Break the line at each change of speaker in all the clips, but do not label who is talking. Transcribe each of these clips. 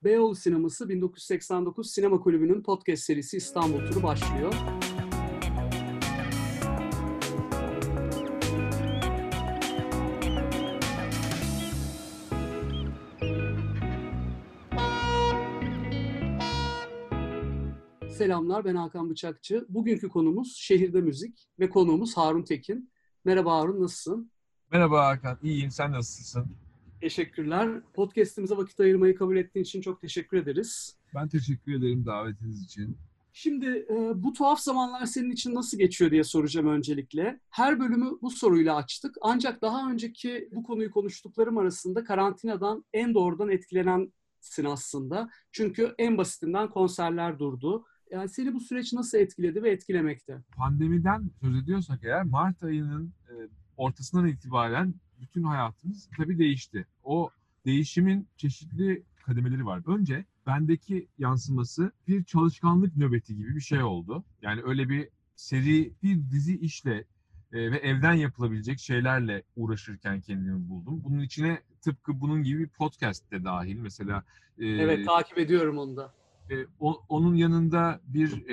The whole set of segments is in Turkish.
Beyoğlu Sineması 1989 Sinema Kulübü'nün podcast serisi İstanbul turu başlıyor. Selamlar, ben Hakan Bıçakçı. Bugünkü konumuz şehirde müzik ve konuğumuz Harun Tekin. Merhaba Harun, nasılsın?
Merhaba Hakan, iyiyim. Sen nasılsın?
Teşekkürler. Podcast'imize vakit ayırmayı kabul ettiğin için çok teşekkür ederiz.
Ben teşekkür ederim davetiniz için.
Şimdi bu tuhaf zamanlar senin için nasıl geçiyor diye soracağım öncelikle. Her bölümü bu soruyla açtık. Ancak daha önceki bu konuyu konuştuklarım arasında karantinadan en doğrudan etkilenensin aslında. Çünkü en basitinden konserler durdu. Yani seni bu süreç nasıl etkiledi ve etkilemekte?
Pandemiden söz ediyorsak eğer Mart ayının ortasından itibaren bütün hayatımız tabii değişti. O değişimin çeşitli kademeleri var. Önce bendeki yansıması bir çalışkanlık nöbeti gibi bir şey oldu. Yani öyle bir seri bir dizi işle ve evden yapılabilecek şeylerle uğraşırken kendimi buldum. Bunun içine tıpkı bunun gibi bir podcast de dahil. Mesela
Evet, takip ediyorum onu da.
onun yanında bir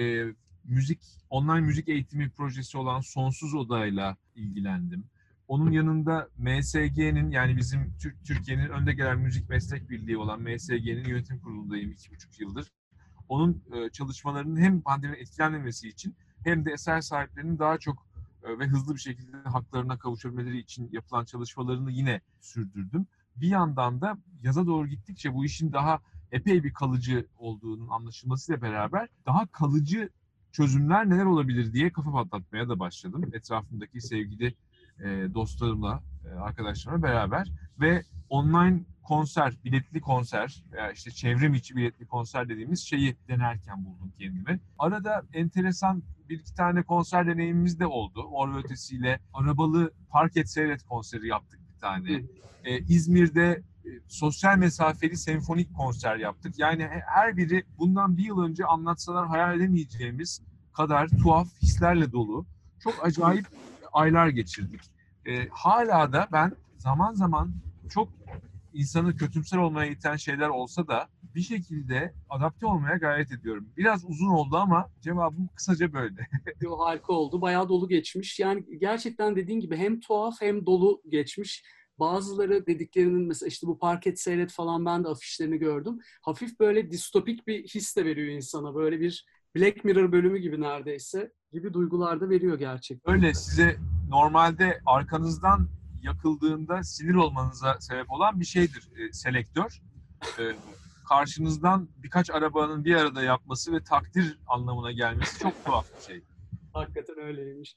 online müzik eğitimi projesi olan Sonsuz Oda'yla ilgilendim. Onun yanında MSG'nin, yani bizim Türkiye'nin önde gelen müzik meslek birliği olan MSG'nin yönetim kurulundayım 2,5 yıldır. Onun çalışmalarının hem pandeminin etkilenmemesi için hem de eser sahiplerinin daha çok ve hızlı bir şekilde haklarına kavuşabilmeleri için yapılan çalışmalarını yine sürdürdüm. Bir yandan da yaza doğru gittikçe bu işin daha epey bir kalıcı olduğunun anlaşılmasıyla beraber daha kalıcı çözümler neler olabilir diye kafa patlatmaya da başladım. Etrafımdaki sevgili dostlarımla, arkadaşlarımla beraber ve online konser, biletli konser veya işte çevrim içi biletli konser dediğimiz şeyi denerken buldum kendimi. Arada enteresan bir iki tane konser deneyimimiz de oldu. Mor ve Ötesi'yle arabalı Park Et Seyret konseri yaptık bir tane. İzmir'de sosyal mesafeli senfonik konser yaptık. Yani her biri bundan bir yıl önce anlatsalar hayal edemeyeceğimiz kadar tuhaf hislerle dolu. Çok acayip aylar geçirdik. Hala da ben zaman zaman çok insanı kötümser olmaya iten şeyler olsa da bir şekilde adapte olmaya gayret ediyorum. Biraz uzun oldu ama cevabım kısaca böyle.
Harika oldu. Bayağı dolu geçmiş. Yani gerçekten dediğin gibi hem tuhaf hem dolu geçmiş. Bazıları dediklerinin mesela işte bu Park Et Seyret falan ben de afişlerini gördüm. Hafif böyle distopik bir his de veriyor insana. Böyle bir Black Mirror bölümü gibi neredeyse gibi duygular da veriyor gerçekten.
Öyle size normalde arkanızdan yakıldığında sinir olmanıza sebep olan bir şeydir selektör. Karşınızdan birkaç arabanın bir arada yapması ve takdir anlamına gelmesi çok tuhaf bir şey.
Hakikaten öyleymiş.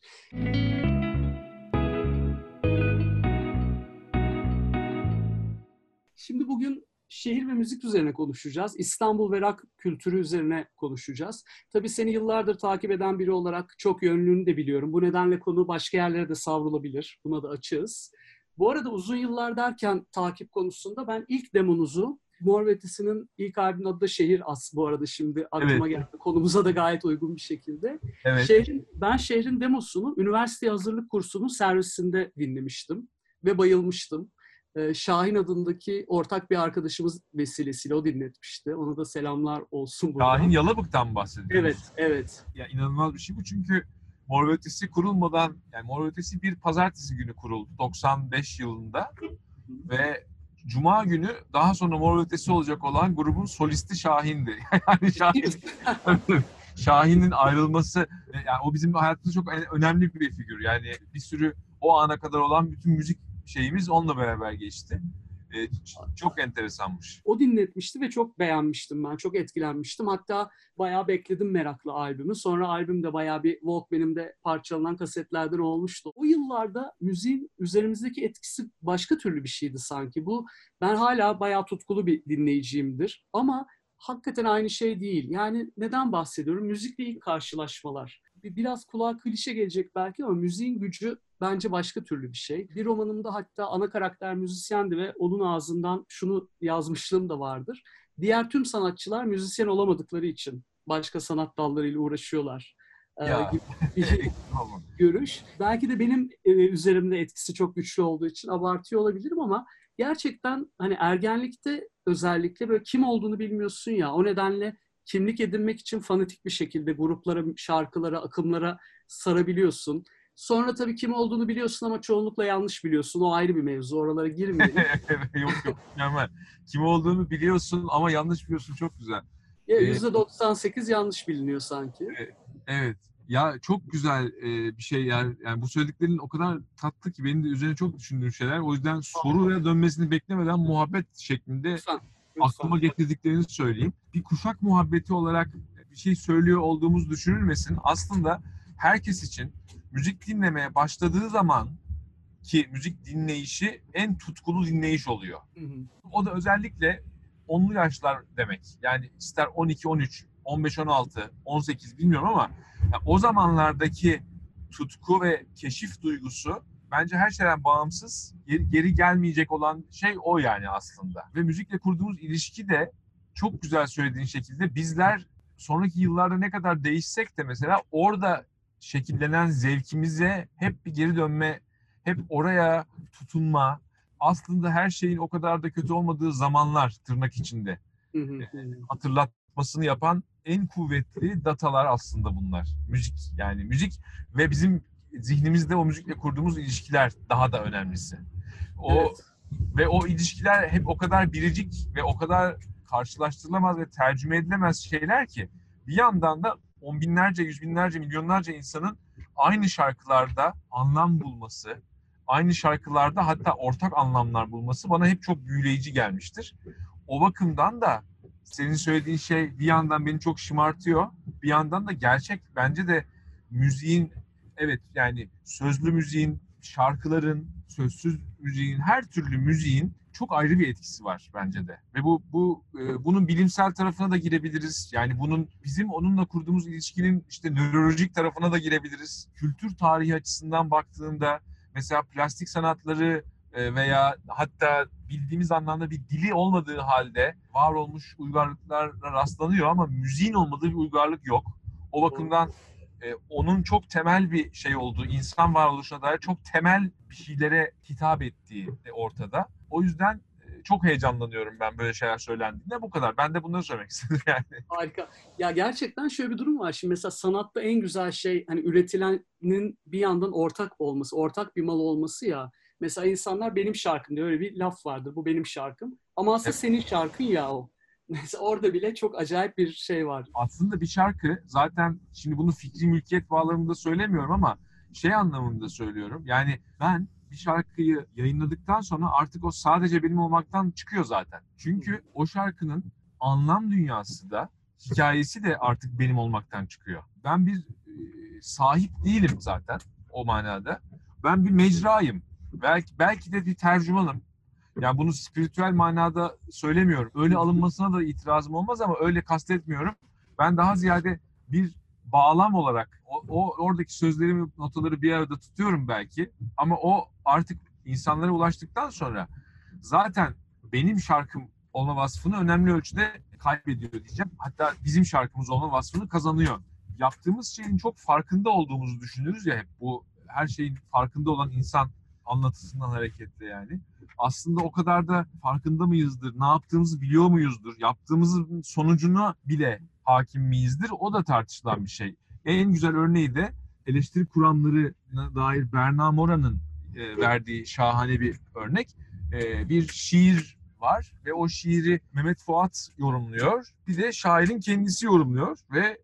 Şimdi bugün şehir ve müzik üzerine konuşacağız. İstanbul ve rock kültürü üzerine konuşacağız. Tabii seni yıllardır takip eden biri olarak çok yönlülüğünü de biliyorum. Bu nedenle konu başka yerlere de savrulabilir. Buna da açığız. Bu arada uzun yıllar derken takip konusunda ben ilk demonuzu, Mor ve Ötesi'nin ilk albümün adı da Şehir bu arada şimdi aklıma geldi. Konumuza da gayet uygun bir şekilde.
Evet.
Ben Şehrin demosunu üniversite hazırlık kursunun servisinde dinlemiştim ve bayılmıştım. Şahin adındaki ortak bir arkadaşımız vesilesiyle o dinletmişti. Ona da selamlar olsun buradan.
Şahin Yalabık'tan bahsediyoruz.
Evet.
Ya inanılmaz bir şey bu çünkü Mor ve Ötesi kurulmadan, yani Mor ve Ötesi bir pazartesi günü kuruldu 95 yılında ve Cuma günü daha sonra Mor ve Ötesi olacak olan grubun solisti Şahin'di. Yani Şahin'in ayrılması, yani o bizim hayatımızda çok önemli bir figür. Yani bir sürü o ana kadar olan bütün müzik şeyimiz onunla beraber geçti. Çok enteresanmış.
O dinletmişti ve çok beğenmiştim ben. Çok etkilenmiştim. Hatta bayağı bekledim meraklı albümü. Sonra albüm de bayağı bir Walkman'imde parçalanan kasetlerden olmuştu. O yıllarda müziğin üzerimizdeki etkisi başka türlü bir şeydi sanki. Ben hala bayağı tutkulu bir dinleyiciyimdir. Ama hakikaten aynı şey değil. Yani neden bahsediyorum? Müzikle ilk karşılaşmalar. Biraz kulağa klişe gelecek belki ama müziğin gücü bence başka türlü bir şey. Bir romanımda hatta ana karakter müzisyendi ve onun ağzından şunu yazmışlığım da vardır. Diğer tüm sanatçılar müzisyen olamadıkları için başka sanat dallarıyla uğraşıyorlar.
Ya.
Bir görüş. Belki de benim üzerimde etkisi çok güçlü olduğu için abartıyor olabilirim ama gerçekten hani ergenlikte özellikle böyle kim olduğunu bilmiyorsun ya. O nedenle kimlik edinmek için fanatik bir şekilde gruplara, şarkılara, akımlara sarabiliyorsun. Sonra tabii kim olduğunu biliyorsun ama çoğunlukla yanlış biliyorsun. O ayrı bir mevzu. Oralara girmeyelim.
Yok yok, mükemmel. Kim olduğunu biliyorsun ama yanlış biliyorsun, çok güzel.
Ya
Ee,
%98 yanlış biliniyor sanki.
evet. Ya çok güzel bir şey yani bu söylediklerin o kadar tatlı ki benim de üzerine çok düşündüğüm şeyler. O yüzden soruya dönmesini beklemeden muhabbet şeklinde
Lütfen, lütfen.
aklıma getirdiklerini söyleyeyim. Bir kuşak muhabbeti olarak bir şey söylüyor olduğumuz düşünülmesin. Aslında herkes için müzik dinlemeye başladığı zaman ki müzik dinleyişi en tutkulu dinleyiş oluyor.
Hı hı.
O da özellikle 10'lu yaşlar demek. Yani ister 12, 13, 15, 16, 18 bilmiyorum ama yani o zamanlardaki tutku ve keşif duygusu bence her şeyden bağımsız, geri gelmeyecek olan şey o yani aslında. Ve müzikle kurduğumuz ilişki de çok güzel söylediğin şekilde bizler sonraki yıllarda ne kadar değişsek de mesela orada şekillenen zevkimize hep bir geri dönme, hep oraya tutunma, aslında her şeyin o kadar da kötü olmadığı zamanlar tırnak içinde
Hı hı hı.
hatırlatmasını yapan en kuvvetli datalar aslında bunlar. Müzik, yani müzik ve bizim zihnimizde o müzikle kurduğumuz ilişkiler daha da önemlisi. O
Evet.
ve o ilişkiler hep o kadar biricik ve o kadar karşılaştırılamaz ve tercüme edilemez şeyler ki bir yandan da on binlerce, yüz binlerce, milyonlarca insanın aynı şarkılarda anlam bulması, aynı şarkılarda hatta ortak anlamlar bulması bana hep çok büyüleyici gelmiştir. O bakımdan da senin söylediğin şey bir yandan beni çok şımartıyor, bir yandan da gerçek bence de müziğin, evet yani sözlü müziğin, şarkıların, sözsüz müziğin, her türlü müziğin çok ayrı bir etkisi var bence de. Ve bunun bilimsel tarafına da girebiliriz. Yani bunun bizim onunla kurduğumuz ilişkinin işte nörolojik tarafına da girebiliriz. Kültür tarihi açısından baktığında mesela plastik sanatları veya hatta bildiğimiz anlamda bir dili olmadığı halde var olmuş uygarlıklara rastlanıyor ama müziğin olmadığı bir uygarlık yok. O
Doğru.
bakımdan onun çok temel bir şey olduğu, insan varoluşuna dair çok temel bir şeylere hitap ettiği ortada. O yüzden çok heyecanlanıyorum ben böyle şeyler söylendiğinde. Bu kadar. Ben de bunları söylemek istedim yani.
Harika. Ya gerçekten şöyle bir durum var. Şimdi mesela sanatta en güzel şey hani üretilenin bir yandan ortak olması, ortak bir mal olması ya. Mesela insanlar benim şarkım diyor. Öyle bir laf vardır. Bu benim şarkım. Ama aslında
Evet.
senin şarkın ya o. Mesela orada bile çok acayip bir şey var.
Aslında bir şarkı zaten şimdi bunu fikri mülkiyet bağlamında söylemiyorum ama şey anlamında söylüyorum. Yani ben bir şarkıyı yayınladıktan sonra artık o sadece benim olmaktan çıkıyor zaten. Çünkü o şarkının anlam dünyası da hikayesi de artık benim olmaktan çıkıyor. Ben bir sahip değilim zaten o manada. Ben bir mecrayım. Belki de bir tercümanım. Yani bunu spiritüel manada söylemiyorum. Öyle alınmasına da itirazım olmaz ama öyle kastetmiyorum. Ben daha ziyade bir bağlam olarak oradaki sözlerimi, notaları bir arada tutuyorum belki. Ama o artık insanlara ulaştıktan sonra zaten benim şarkım olma vasfını önemli ölçüde kaybediyor diyeceğim. Hatta bizim şarkımız olma vasfını kazanıyor. Yaptığımız şeyin çok farkında olduğumuzu düşünürüz ya hep. Bu her şeyin farkında olan insan anlatısından hareketle yani. Aslında o kadar da farkında mıyızdır, ne yaptığımızı biliyor muyuzdur, yaptığımızın sonucuna bile hakim miyizdir, o da tartışılan bir şey. En güzel örneği de eleştiri kuramlarına dair Berna Mora'nın verdiği şahane bir örnek. Bir şiir var ve o şiiri Mehmet Fuat yorumluyor. Bir de şairin kendisi yorumluyor ve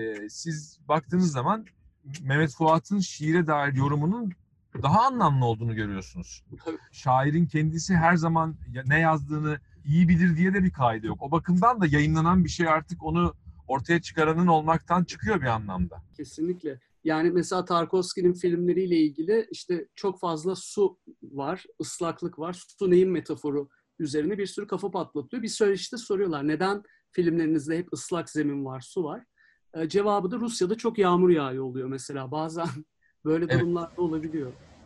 siz baktığınız zaman Mehmet Fuat'ın şiire dair yorumunun daha anlamlı olduğunu görüyorsunuz. Şairin kendisi her zaman ne yazdığını iyi bilir diye de bir kaide yok. O bakımdan da yayınlanan bir şey artık onu ortaya çıkaranın olmaktan çıkıyor bir anlamda.
Kesinlikle. Yani mesela Tarkovski'nin filmleriyle ilgili işte çok fazla su var, ıslaklık var. Su neyin metaforu üzerine bir sürü kafa patlatıyor. Bir söyleşte soruyorlar neden filmlerinizde hep ıslak zemin var, su var? Cevabı da Rusya'da çok yağmur yağıyor oluyor mesela. Bazen böyle
Evet.
durumlar da olabiliyor.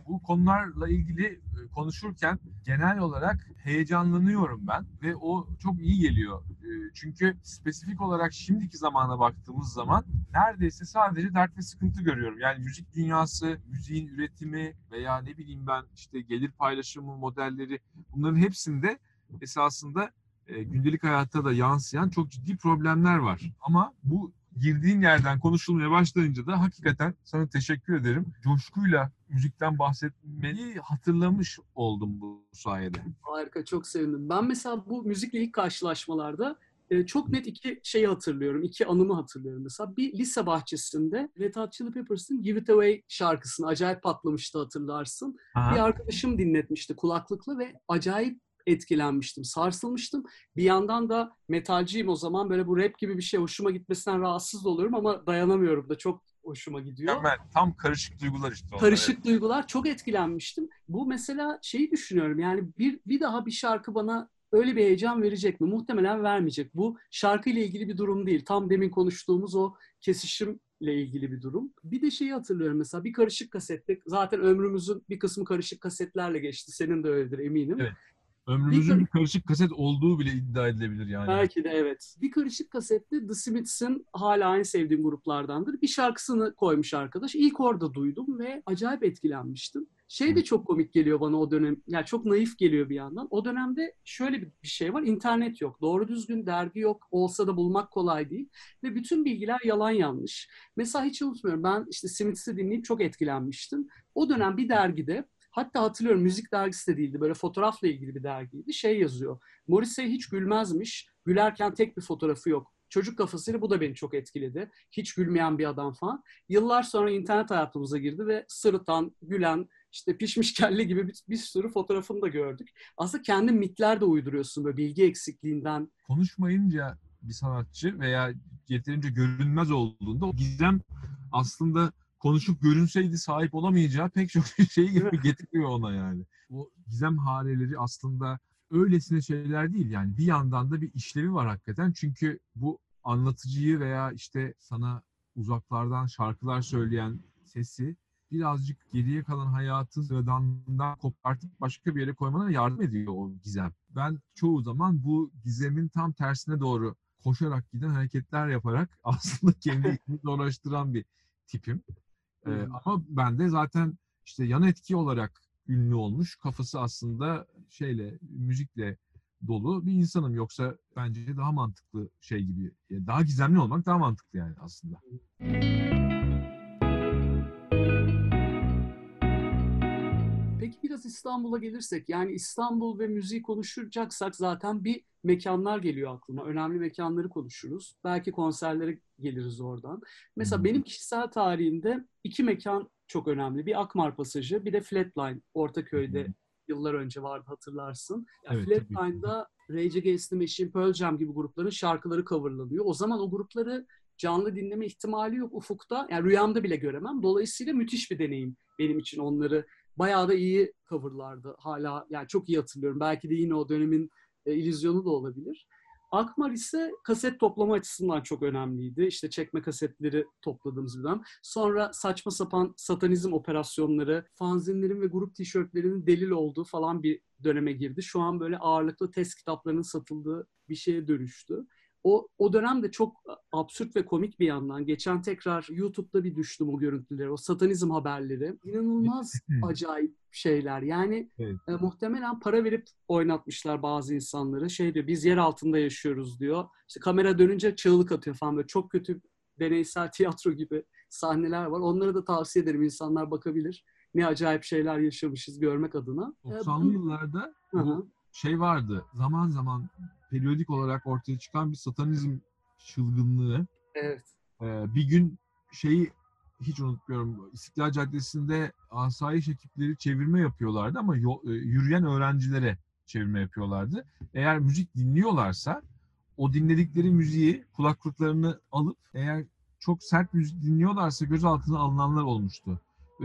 Bu konularla ilgili konuşurken genel olarak heyecanlanıyorum ben ve o çok iyi geliyor. Çünkü spesifik olarak şimdiki zamana baktığımız zaman neredeyse sadece dert ve sıkıntı görüyorum. Yani müzik dünyası, müziğin üretimi veya ne bileyim ben işte gelir paylaşımı modelleri, bunların hepsinde esasında gündelik hayatta da yansıyan çok ciddi problemler var. Ama bu girdiğin yerden konuşulmaya başlayınca da hakikaten sana teşekkür ederim. Coşkuyla müzikten bahsetmeyi hatırlamış oldum bu sayede.
Harika, çok sevindim. Ben mesela bu müzikle ilk karşılaşmalarda çok net iki şeyi hatırlıyorum. İki anımı hatırlıyorum mesela. Bir lise bahçesinde Red Hot Chili Peppers'ın Give It Away şarkısını acayip patlamıştı, hatırlarsın.
Aha.
Bir arkadaşım dinletmişti kulaklıkla ve acayip etkilenmiştim, sarsılmıştım. Bir yandan da metalciyim o zaman. Böyle bu rap gibi bir şey hoşuma gitmesinden rahatsız da oluyorum ama dayanamıyorum da, çok hoşuma gidiyor.
Mükemmel. Tam karışık duygular işte onlar.
Karışık duygular, çok etkilenmiştim. Bu mesela şeyi düşünüyorum, yani bir daha bir şarkı bana öyle bir heyecan verecek mi? Muhtemelen vermeyecek. Bu şarkıyla ilgili bir durum değil. Tam demin konuştuğumuz o kesişimle ilgili bir durum. Bir de şeyi hatırlıyorum mesela, bir karışık kasette, zaten ömrümüzün bir kısmı karışık kasetlerle geçti. Senin de öyledir eminim.
Evet. Ömrümüzün bir karışık kaset olduğu bile iddia edilebilir yani.
Belki de evet. Bir karışık kasette The Smiths'in, hala en sevdiğim gruplardandır, bir şarkısını koymuş arkadaş. İlk orada duydum ve acayip etkilenmiştim. Şey de çok komik geliyor bana o dönem. Yani çok naif geliyor bir yandan. O dönemde şöyle bir şey var. İnternet yok. Doğru düzgün dergi yok. Olsa da bulmak kolay değil. Ve bütün bilgiler yalan yanlış. Mesela hiç unutmuyorum. Ben işte Smiths'i dinleyip çok etkilenmiştim. O dönem bir dergide, hatta hatırlıyorum, müzik dergisi de değildi, böyle fotoğrafla ilgili bir dergiydi, şey yazıyor: Morrissey hiç gülmezmiş. Gülerken tek bir fotoğrafı yok. Çocuk kafasıyla bu da beni çok etkiledi. Hiç gülmeyen bir adam falan. Yıllar sonra internet hayatımıza girdi ve sırıtan, gülen, işte pişmiş kelle gibi bir sürü fotoğrafını da gördük. Aslında kendi mitler de uyduruyorsun böyle bilgi eksikliğinden.
Konuşmayınca bir sanatçı veya yeterince görünmez olduğunda o gizem aslında konuşup görünseydi sahip olamayacağı pek çok şey gibi getiriyor ona yani. O gizem hareleri aslında öylesine şeyler değil yani, bir yandan da bir işlevi var hakikaten. Çünkü bu anlatıcıyı veya işte sana uzaklardan şarkılar söyleyen sesi birazcık geriye kalan hayatın sıradanından kopartıp başka bir yere koymana yardım ediyor o gizem. Ben çoğu zaman bu gizemin tam tersine doğru koşarak giden hareketler yaparak aslında kendi işimi zorlaştıran bir tipim. Ama ben de zaten işte yan etki olarak ünlü olmuş, kafası aslında şeyle, müzikle dolu bir insanım. Yoksa bence daha mantıklı şey gibi, daha gizemli olmak daha mantıklı yani aslında.
Peki biraz İstanbul'a gelirsek, yani İstanbul ve müziği konuşacaksak zaten bir mekanlar geliyor aklıma. Önemli mekanları konuşuruz. Belki konserlere geliriz oradan. Mesela benim kişisel tarihimde iki mekan çok önemli. Bir Akmar Pasajı, bir de Flatline. Ortaköy'de yıllar önce vardı, hatırlarsın. Yani
Evet,
Flatline'da Rage Against the Machine, Pearl Jam gibi grupların şarkıları coverlanıyor. O zaman o grupları canlı dinleme ihtimali yok ufukta. Yani rüyamda bile göremem. Dolayısıyla müthiş bir deneyim benim için onları. Bayağı da iyi coverlardı. Hala yani çok iyi hatırlıyorum. Belki de yine o dönemin illüzyonu da olabilir. Akmar ise kaset toplama açısından çok önemliydi. İşte çekme kasetleri topladığımız bir dönem. Sonra saçma sapan satanizm operasyonları, fanzinlerin ve grup tişörtlerinin delil olduğu falan bir döneme girdi. Şu an böyle ağırlıklı test kitaplarının satıldığı bir şeye dönüştü. O dönem de çok absürt ve komik bir yandan. Geçen tekrar YouTube'da bir düştüm o görüntüleri, o satanizm haberleri. İnanılmaz acayip şeyler. Yani
evet.
Muhtemelen para verip oynatmışlar bazı insanları. Şey diyor, biz yer altında yaşıyoruz diyor. İşte kamera dönünce çığlık atıyor falan, böyle çok kötü deneysel tiyatro gibi sahneler var. Onları da tavsiye ederim, insanlar bakabilir. Ne acayip şeyler yaşamışız görmek adına.
90'lı yıllarda bu şey vardı. Zaman zaman periyodik olarak ortaya çıkan bir satanizm çılgınlığı.
Evet.
Bir gün şeyi hiç unutmuyorum. İstiklal Caddesi'nde asayiş ekipleri çevirme yapıyorlardı ama yürüyen öğrencilere çevirme yapıyorlardı. Eğer müzik dinliyorlarsa o dinledikleri müziği kulaklıklarını alıp, eğer çok sert müzik dinliyorlarsa gözaltına alınanlar olmuştu.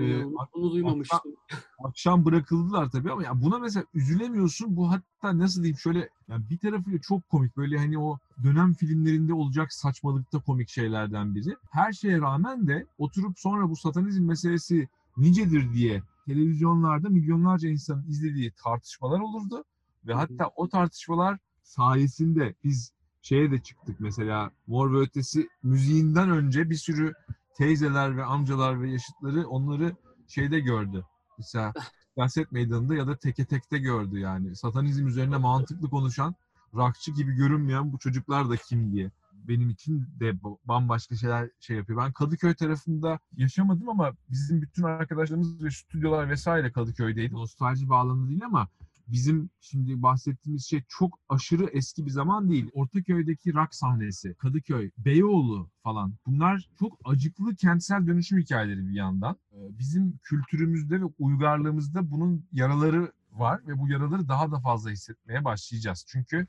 Onu duymamıştım.
Akşam bırakıldılar tabii ama ya buna mesela üzülemiyorsun. Bu hatta nasıl diyeyim, şöyle yani bir tarafıyla çok komik, böyle hani o dönem filmlerinde olacak saçmalıkta komik şeylerden biri. Her şeye rağmen de oturup sonra bu satanizm meselesi nicedir diye televizyonlarda milyonlarca insanın izlediği tartışmalar olurdu ve hatta o tartışmalar sayesinde biz şeye de çıktık, mesela Mor ve Ötesi müziğinden önce bir sürü teyzeler ve amcalar ve yaşıtları onları şeyde gördü. Mesela Siyaset Meydanı'nda ya da Teke Tek'te gördü yani. Satanizm üzerine mantıklı konuşan, rockçı gibi görünmeyen bu çocuklar da kim diye. Benim için de bambaşka şeyler şey yapıyor. Ben Kadıköy tarafında yaşamadım ama bizim bütün arkadaşlarımız ve stüdyolar vesaire Kadıköy'deydi. Nostalji bağlamında değil ama bizim şimdi bahsettiğimiz şey çok aşırı eski bir zaman değil. Ortaköy'deki rock sahnesi, Kadıköy, Beyoğlu falan, bunlar çok acıklı kentsel dönüşüm hikayeleri bir yandan. Bizim kültürümüzde ve uygarlığımızda bunun yaraları var ve bu yaraları daha da fazla hissetmeye başlayacağız. Çünkü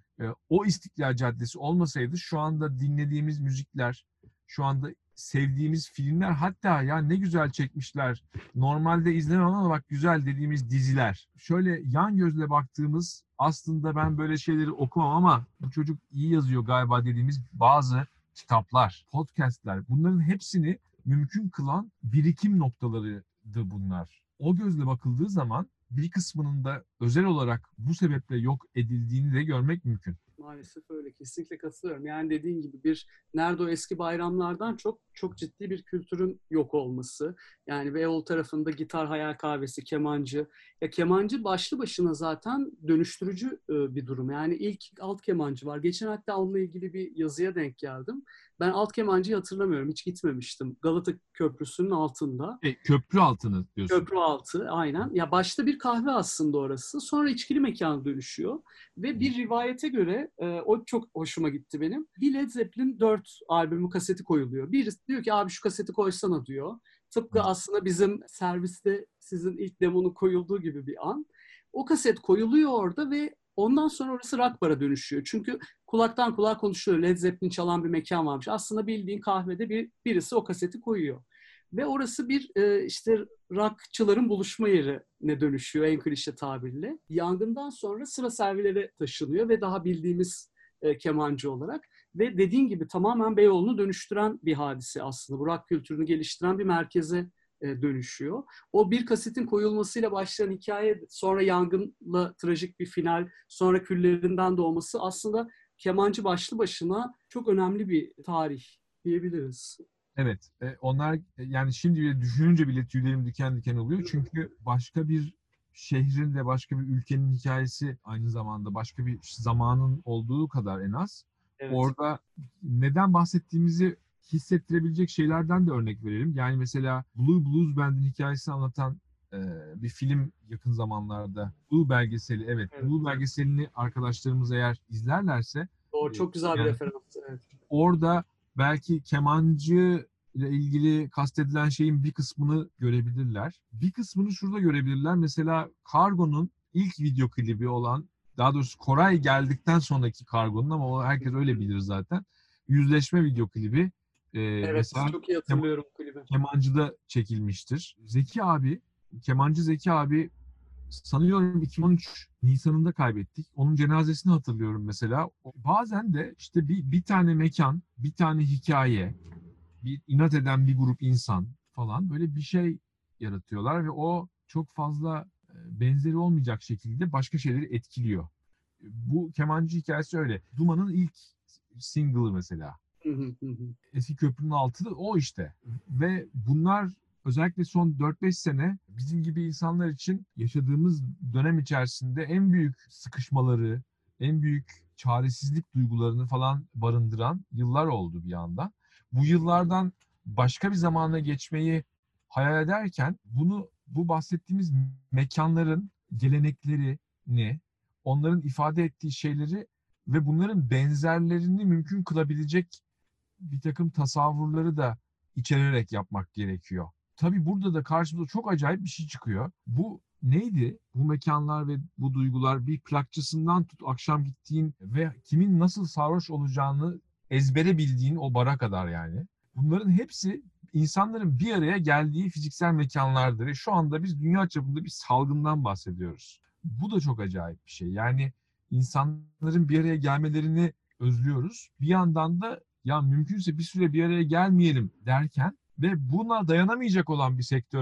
o İstiklal Caddesi olmasaydı şu anda dinlediğimiz müzikler, şu anda sevdiğimiz filmler, hatta ya ne güzel çekmişler, normalde izlemem ama bak güzel dediğimiz diziler. Şöyle yan gözle baktığımız, aslında ben böyle şeyleri okumam ama bu çocuk iyi yazıyor galiba dediğimiz bazı kitaplar, podcastler, bunların hepsini mümkün kılan birikim noktalarıydı bunlar. O gözle bakıldığı zaman bir kısmının da özel olarak bu sebeple yok edildiğini de görmek mümkün.
Maalesef öyle. Kesinlikle katılıyorum. Yani dediğin gibi nerede o eski bayramlardan çok ciddi bir kültürün yok olması. Yani Beyoğlu tarafında gitar, hayal kahvesi, kemancı. Ya kemancı başlı başına zaten dönüştürücü bir durum. Yani ilk alt kemancı var. Geçen hatta onunla ilgili bir yazıya denk geldim. Ben alt kemancıyı hatırlamıyorum. Hiç gitmemiştim. Galata Köprüsü'nün altında.
Köprü altını diyorsun.
Köprü altı, aynen. Ya başta bir kahve aslında orası. Sonra içkili mekana dönüşüyor. Ve bir rivayete göre, o çok hoşuma gitti benim. Bir Led Zeppelin 4 albümü kaseti koyuluyor. Birisi diyor ki abi şu kaseti koysana diyor. Tıpkı aslında bizim serviste sizin ilk demonun koyulduğu gibi bir an. O kaset koyuluyor orada ve ondan sonra orası rock bar'a dönüşüyor. Çünkü kulaktan kulağa konuşuluyor. Led Zeppelin çalan bir mekan varmış. Aslında bildiğin kahvede birisi o kaseti koyuyor. Ve orası bir işte rockçıların buluşma yerine dönüşüyor en klişe tabirle. Yangından sonra sıra servilere taşınıyor ve daha bildiğimiz kemancı olarak. Ve dediğin gibi tamamen Beyoğlu'nu dönüştüren bir hadise aslında. Bu rock kültürünü geliştiren bir merkeze dönüşüyor. O bir kasetin koyulmasıyla başlayan hikaye, sonra yangınla trajik bir final, sonra küllerinden doğması aslında kemancı başlı başına çok önemli bir tarih diyebiliriz.
Evet, onlar yani şimdi bile düşününce bile tüylerim diken diken oluyor. Çünkü başka bir şehrin ve başka bir ülkenin hikayesi, aynı zamanda başka bir zamanın olduğu kadar en az.
Evet.
Orada neden bahsettiğimizi hissettirebilecek şeylerden de örnek verelim. Yani mesela Blue Blues Band'in hikayesini anlatan bir film yakın zamanlarda. Blue belgeseli, evet. Blue belgeselini arkadaşlarımız eğer izlerlerse.
Doğru, çok güzel bir referans. Evet.
Orada belki kemancı ile ilgili kastedilen şeyin bir kısmını görebilirler. Bir kısmını şurada görebilirler. Mesela Kargo'nun ilk video klibi olan, daha doğrusu Koray geldikten sonraki Kargo'nun, ama o herkes öyle bilir zaten. Yüzleşme video klibi.
Evet,
mesela
çok iyi hatırlıyorum klibi.
Kemancı'da çekilmiştir. Kemancı Zeki abi sanıyorum 2013 Nisan'ında kaybettik. Onun cenazesini hatırlıyorum mesela. Bazen de işte bir tane mekan, bir tane hikaye, bir inat eden bir grup insan falan böyle bir şey yaratıyorlar ve o çok fazla benzeri olmayacak şekilde başka şeyleri etkiliyor. Bu kemancı hikayesi öyle. Duman'ın ilk single'ı mesela. Eski Köprünün Altı da o işte. Ve bunlar özellikle son 4-5 sene bizim gibi insanlar için yaşadığımız dönem içerisinde en büyük sıkışmaları, en büyük çaresizlik duygularını falan barındıran yıllar oldu bir anda. Bu yıllardan başka bir zamana geçmeyi hayal ederken bu bahsettiğimiz mekanların geleneklerini, onların ifade ettiği şeyleri ve bunların benzerlerini mümkün kılabilecek bir takım tasavvurları da içererek yapmak gerekiyor. Tabii burada da karşımıza çok acayip bir şey çıkıyor. Bu neydi? Bu mekanlar ve bu duygular, bir plakçısından tut akşam gittiğin ve kimin nasıl sarhoş olacağını ezbere bildiğin o bara kadar yani. Bunların hepsi insanların bir araya geldiği fiziksel mekanlardır. Ve şu anda biz dünya çapında bir salgından bahsediyoruz. Bu da çok acayip bir şey. Yani insanların bir araya gelmelerini özlüyoruz. Bir yandan da ya mümkünse bir süre bir araya gelmeyelim derken ve buna dayanamayacak olan bir sektör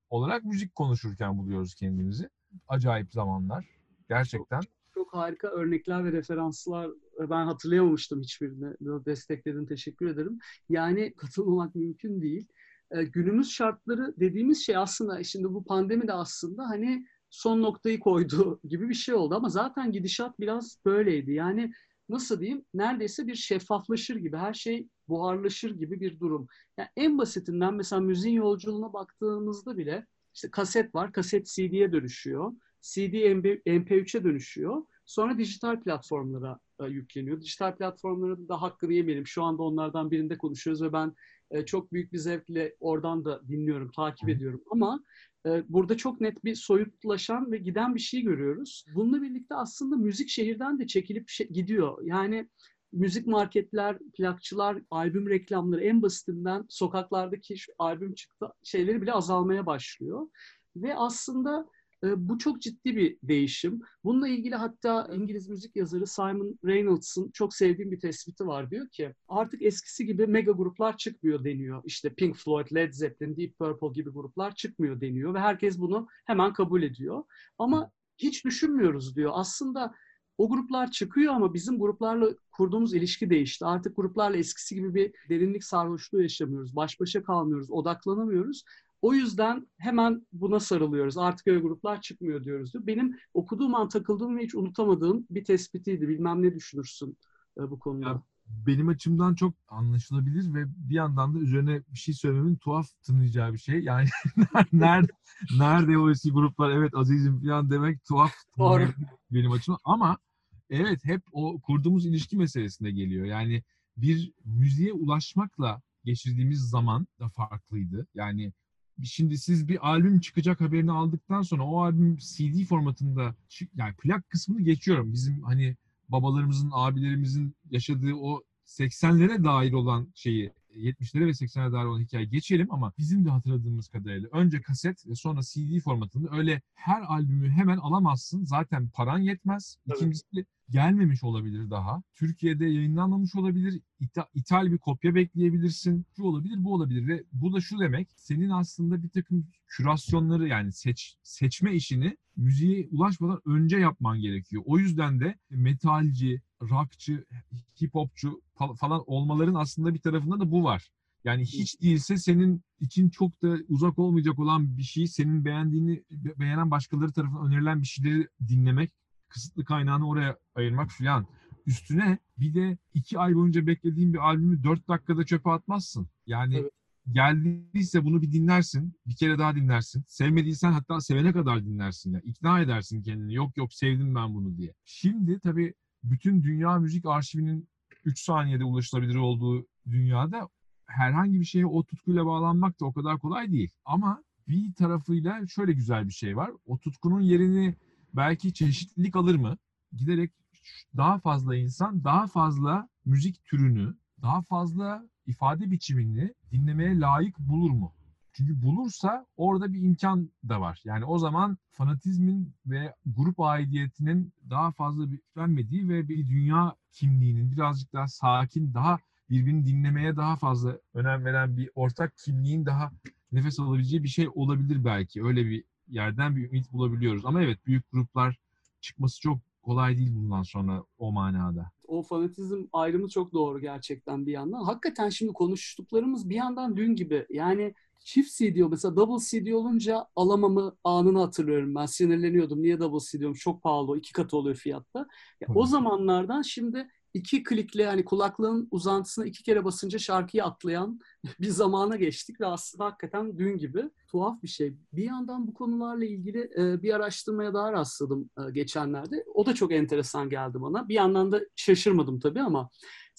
olarak müzik konuşurken buluyoruz kendimizi. Acayip zamanlar.
Çok,
Gerçekten.
çok harika örnekler ve referanslar. Ben hatırlayamamıştım hiçbirini. Destekledin, teşekkür ederim. Yani katılmamak mümkün değil. Günümüz şartları dediğimiz şey aslında şimdi bu pandemi de aslında hani son noktayı koydu gibi bir şey oldu ama zaten gidişat biraz böyleydi. Yani nasıl diyeyim? Neredeyse bir şeffaflaşır gibi, her şey buharlaşır gibi bir durum. Yani en basitinden mesela müziğin yolculuğuna baktığımızda bile işte kaset var, kaset CD'ye dönüşüyor. CD MP3'e dönüşüyor. Sonra dijital platformlara yükleniyor. Dijital platformların da hakkını yemeyelim. Şu anda onlardan birinde konuşuyoruz ve ben çok büyük bir zevkle oradan da dinliyorum, takip ediyorum. Ama burada çok net bir soyutlaşan ve giden bir şey görüyoruz. Bununla birlikte aslında müzik şehirden de çekilip gidiyor. Yani müzik marketler, plakçılar, albüm reklamları en basitinden sokaklardaki şu albüm çıktı şeyleri bile azalmaya başlıyor. Ve aslında bu çok ciddi bir değişim. Bununla ilgili hatta İngiliz müzik yazarı Simon Reynolds'ın çok sevdiğim bir tespiti var. Diyor ki artık eskisi gibi mega gruplar çıkmıyor deniyor. İşte Pink Floyd, Led Zeppelin, Deep Purple gibi gruplar çıkmıyor deniyor ve herkes bunu hemen kabul ediyor. Ama hiç düşünmüyoruz diyor. Aslında o gruplar çıkıyor ama bizim gruplarla kurduğumuz ilişki değişti. Artık gruplarla eskisi gibi bir derinlik sarhoşluğu yaşamıyoruz. Baş başa kalmıyoruz, odaklanamıyoruz. O yüzden hemen buna sarılıyoruz. Artık öyle gruplar çıkmıyor diyoruz. Benim okuduğum an takıldığım ve hiç unutamadığım bir tespitiydi. Bilmem ne düşünürsün bu
Ya
konuda.
benim açımdan çok anlaşılabilir ve bir yandan da üzerine bir şey söylememin tuhaf tınlayacağı bir şey. Yani nerede nerede o eski gruplar, evet azizim falan demek tuhaf
Doğru.
tınlamayabilir benim açımdan. Ama evet, hep o kurduğumuz ilişki meselesine geliyor. Yani bir müziğe ulaşmakla geçirdiğimiz zaman da farklıydı. Yani şimdi siz bir albüm çıkacak haberini aldıktan sonra o albüm CD formatında yani plak kısmını geçiyorum. Bizim hani babalarımızın, abilerimizin yaşadığı o 80'lere dair olan şeyi, 70'lere ve 80'lere dair olan hikayeyi geçelim ama bizim de hatırladığımız kadarıyla önce kaset ve sonra CD formatında öyle her albümü hemen alamazsın. Zaten paran yetmez.
Tabii.
İkincisi gelmemiş olabilir daha. Türkiye'de yayınlanmamış olabilir. İthal bir kopya bekleyebilirsin. Şu olabilir, bu olabilir ve bu da şu demek. Senin aslında bir takım kürasyonları yani seçme işini müziğe ulaşmadan önce yapman gerekiyor. O yüzden de metalci, rockçı, hip hopçu falan olmaların aslında bir tarafında da bu var. Yani hiç değilse senin için çok da uzak olmayacak olan bir şey, senin beğendiğini beğenen başkaları tarafından önerilen bir şeyleri dinlemek, kısıtlı kaynağını oraya ayırmak filan. Üstüne bir de 2 ay boyunca beklediğin bir albümü 4 dakikada çöpe atmazsın. Yani
Tabii.
geldiyse bunu bir dinlersin. Bir kere daha dinlersin. Sevmediysen hatta sevene kadar dinlersin. Yani ikna edersin kendini. Yok yok sevdim ben bunu diye. Şimdi tabii bütün dünya müzik arşivinin 3 saniyede ulaşılabilir olduğu dünyada herhangi bir şeye o tutkuyla bağlanmak da o kadar kolay değil. Ama bir tarafıyla şöyle güzel bir şey var. O tutkunun yerini belki çeşitlilik alır mı? Giderek daha fazla insan, daha fazla müzik türünü, daha fazla ifade biçimini dinlemeye layık bulur mu? Çünkü bulursa orada bir imkan da var. Yani o zaman fanatizmin ve grup aidiyetinin daha fazla güçlenmediği ve bir dünya kimliğinin birazcık daha sakin, daha birbirini dinlemeye daha fazla önem veren bir ortak kimliğin daha nefes alabileceği bir şey olabilir belki. Öyle bir yerden bir ümit bulabiliyoruz. Ama evet, büyük gruplar çıkması çok kolay değil bundan sonra o manada.
O fanatizm ayrımı çok doğru gerçekten bir yandan. Hakikaten şimdi konuştuklarımız bir yandan dün gibi. Yani çift CD mesela double CD olunca alamamı anını hatırlıyorum ben. Sinirleniyordum. Niye double CD diyorum? Çok pahalı o. 2 katı oluyor fiyatta. Ya, o
Tabii.
zamanlardan şimdi 2 klikle hani kulaklığın uzantısına 2 kere basınca şarkıyı atlayan bir zamana geçtik ve aslında hakikaten dün gibi tuhaf bir şey. Bir yandan bu konularla ilgili bir araştırmaya daha rastladım geçenlerde. O da çok enteresan geldi bana. Bir yandan da şaşırmadım tabii ama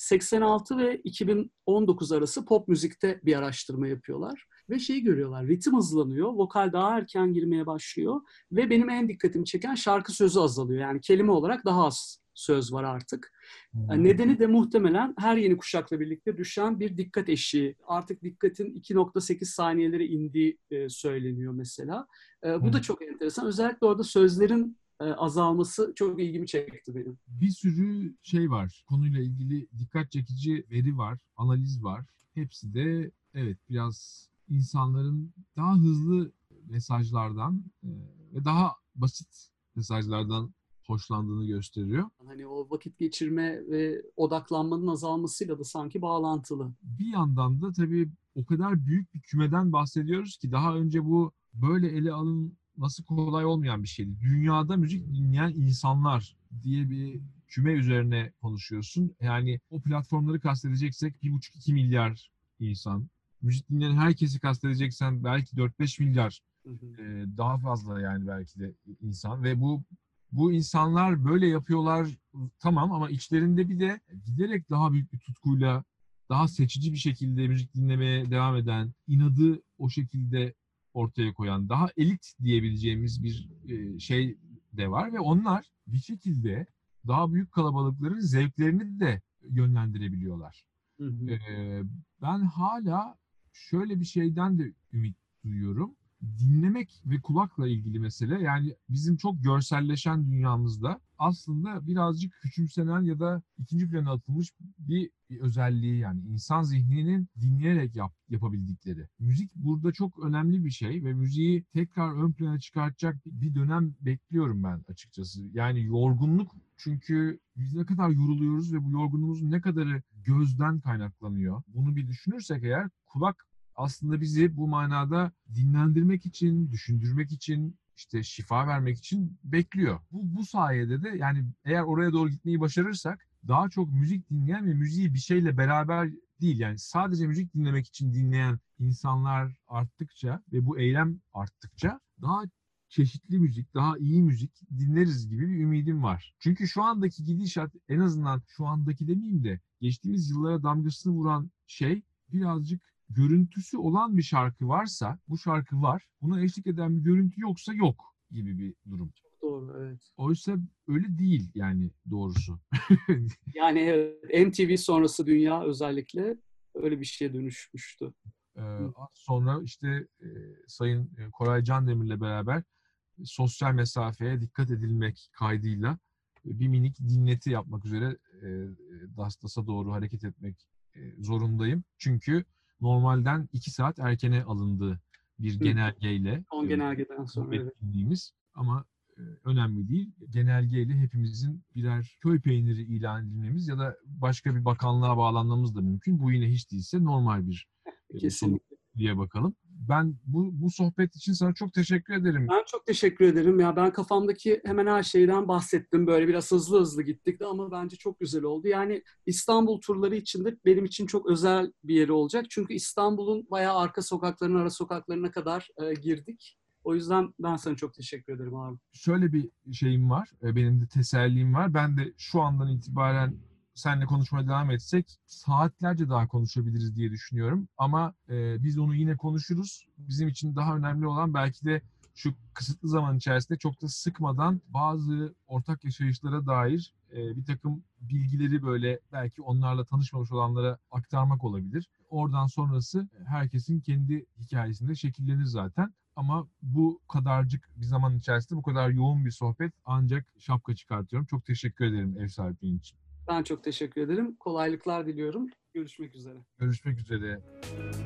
86 ve 2019 arası pop müzikte bir araştırma yapıyorlar. Ve şeyi görüyorlar, ritim hızlanıyor, vokal daha erken girmeye başlıyor ve benim en dikkatimi çeken şarkı sözü azalıyor. Yani kelime olarak daha az söz var artık. Nedeni de muhtemelen her yeni kuşakla birlikte düşen bir dikkat eşiği. Artık dikkatin 2,8 saniyelere indiği söyleniyor mesela. Bu da çok enteresan. Özellikle orada sözlerin azalması çok ilgimi çekti benim.
Bir sürü şey var. Konuyla ilgili dikkat çekici veri var, analiz var. Hepsi de evet biraz insanların daha hızlı mesajlardan ve daha basit mesajlardan hoşlandığını gösteriyor.
Hani o vakit geçirme ve odaklanmanın azalmasıyla da sanki bağlantılı.
Bir yandan da tabii o kadar büyük bir kümeden bahsediyoruz ki daha önce bu böyle ele alınması kolay olmayan bir şeydi. Dünyada müzik dinleyen insanlar diye bir küme üzerine konuşuyorsun. Yani o platformları kastedeceksek 1,5-2 milyar insan. Müzik dinleyen herkesi kastedeceksen belki 4-5 milyar,
Hı hı.
daha fazla yani belki de insan ve bu insanlar böyle yapıyorlar tamam ama içlerinde bir de giderek daha büyük bir tutkuyla daha seçici bir şekilde müzik dinlemeye devam eden, inadı o şekilde ortaya koyan, daha elit diyebileceğimiz bir şey de var ve onlar bir şekilde daha büyük kalabalıkların zevklerini de yönlendirebiliyorlar.
Hı hı.
E, Ben hala şöyle bir şeyden de ümit duyuyorum. Dinlemek ve kulakla ilgili mesele, yani bizim çok görselleşen dünyamızda aslında birazcık küçümsenen ya da ikinci plana atılmış bir özelliği, yani insan zihninin dinleyerek yapabildikleri. Müzik burada çok önemli bir şey ve müziği tekrar ön plana çıkartacak bir dönem bekliyorum ben açıkçası. Yani yorgunluk, çünkü biz ne kadar yoruluyoruz ve bu yorgunluğumuzun ne kadarı gözden kaynaklanıyor. Bunu bir düşünürsek eğer, kulak aslında bizi bu manada dinlendirmek için, düşündürmek için, işte şifa vermek için bekliyor. Bu sayede de yani eğer oraya doğru gitmeyi başarırsak daha çok müzik dinleyen ve müziği bir şeyle beraber değil, yani sadece müzik dinlemek için dinleyen insanlar arttıkça ve bu eylem arttıkça daha çeşitli müzik, daha iyi müzik dinleriz gibi bir ümidim var. Çünkü şu andaki gidişat, en azından şu andaki demeyeyim de geçtiğimiz yıllara damgasını vuran şey, birazcık görüntüsü olan bir şarkı varsa bu şarkı var, buna eşlik eden bir görüntü yoksa yok gibi bir durum.
Doğru, evet.
Oysa öyle değil yani, doğrusu.
Yani evet, MTV sonrası dünya özellikle öyle bir şeye dönüşmüştü. Hı.
Az sonra işte Sayın Koray Candemir'le beraber sosyal mesafeye dikkat edilmek kaydıyla bir minik dinleti yapmak üzere Dastas'a doğru hareket etmek zorundayım. Çünkü normalden 2 saat erkene alındı bir
Hı.
genelgeyle
Son genelgeden
bu
sonra, evet.
etkinliğimiz, ama önemli değil. Genelgeyle hepimizin birer köy peyniri ilan edilmemiz ya da başka bir bakanlığa bağlanmamız da mümkün. Bu yine hiç değilse normal bir sonuç
Kesinlikle.
diye bakalım. Ben bu sohbet için sana çok teşekkür ederim.
Ben çok teşekkür ederim. Ya ben kafamdaki hemen her şeyden bahsettim. Böyle biraz hızlı hızlı gittik de ama bence çok güzel oldu. Yani İstanbul turları için de benim için çok özel bir yeri olacak. Çünkü İstanbul'un bayağı arka sokaklarına, ara sokaklarına kadar girdik. O yüzden ben sana çok teşekkür ederim abi.
Şöyle bir şeyim var, benim de tesellim var. Ben de şu andan itibaren seninle konuşmaya devam etsek saatlerce daha konuşabiliriz diye düşünüyorum. Ama biz onu yine konuşuruz. Bizim için daha önemli olan belki de şu kısıtlı zaman içerisinde çok da sıkmadan bazı ortak yaşayışlara dair bir takım bilgileri böyle belki onlarla tanışmamış olanlara aktarmak olabilir. Oradan sonrası herkesin kendi hikayesinde şekillenir zaten. Ama bu kadarcık bir zaman içerisinde bu kadar yoğun bir sohbet ancak şapka çıkartıyorum. Çok teşekkür ederim ev sahipliğin için.
Ben çok teşekkür ederim. Kolaylıklar diliyorum. Görüşmek üzere.
Görüşmek üzere.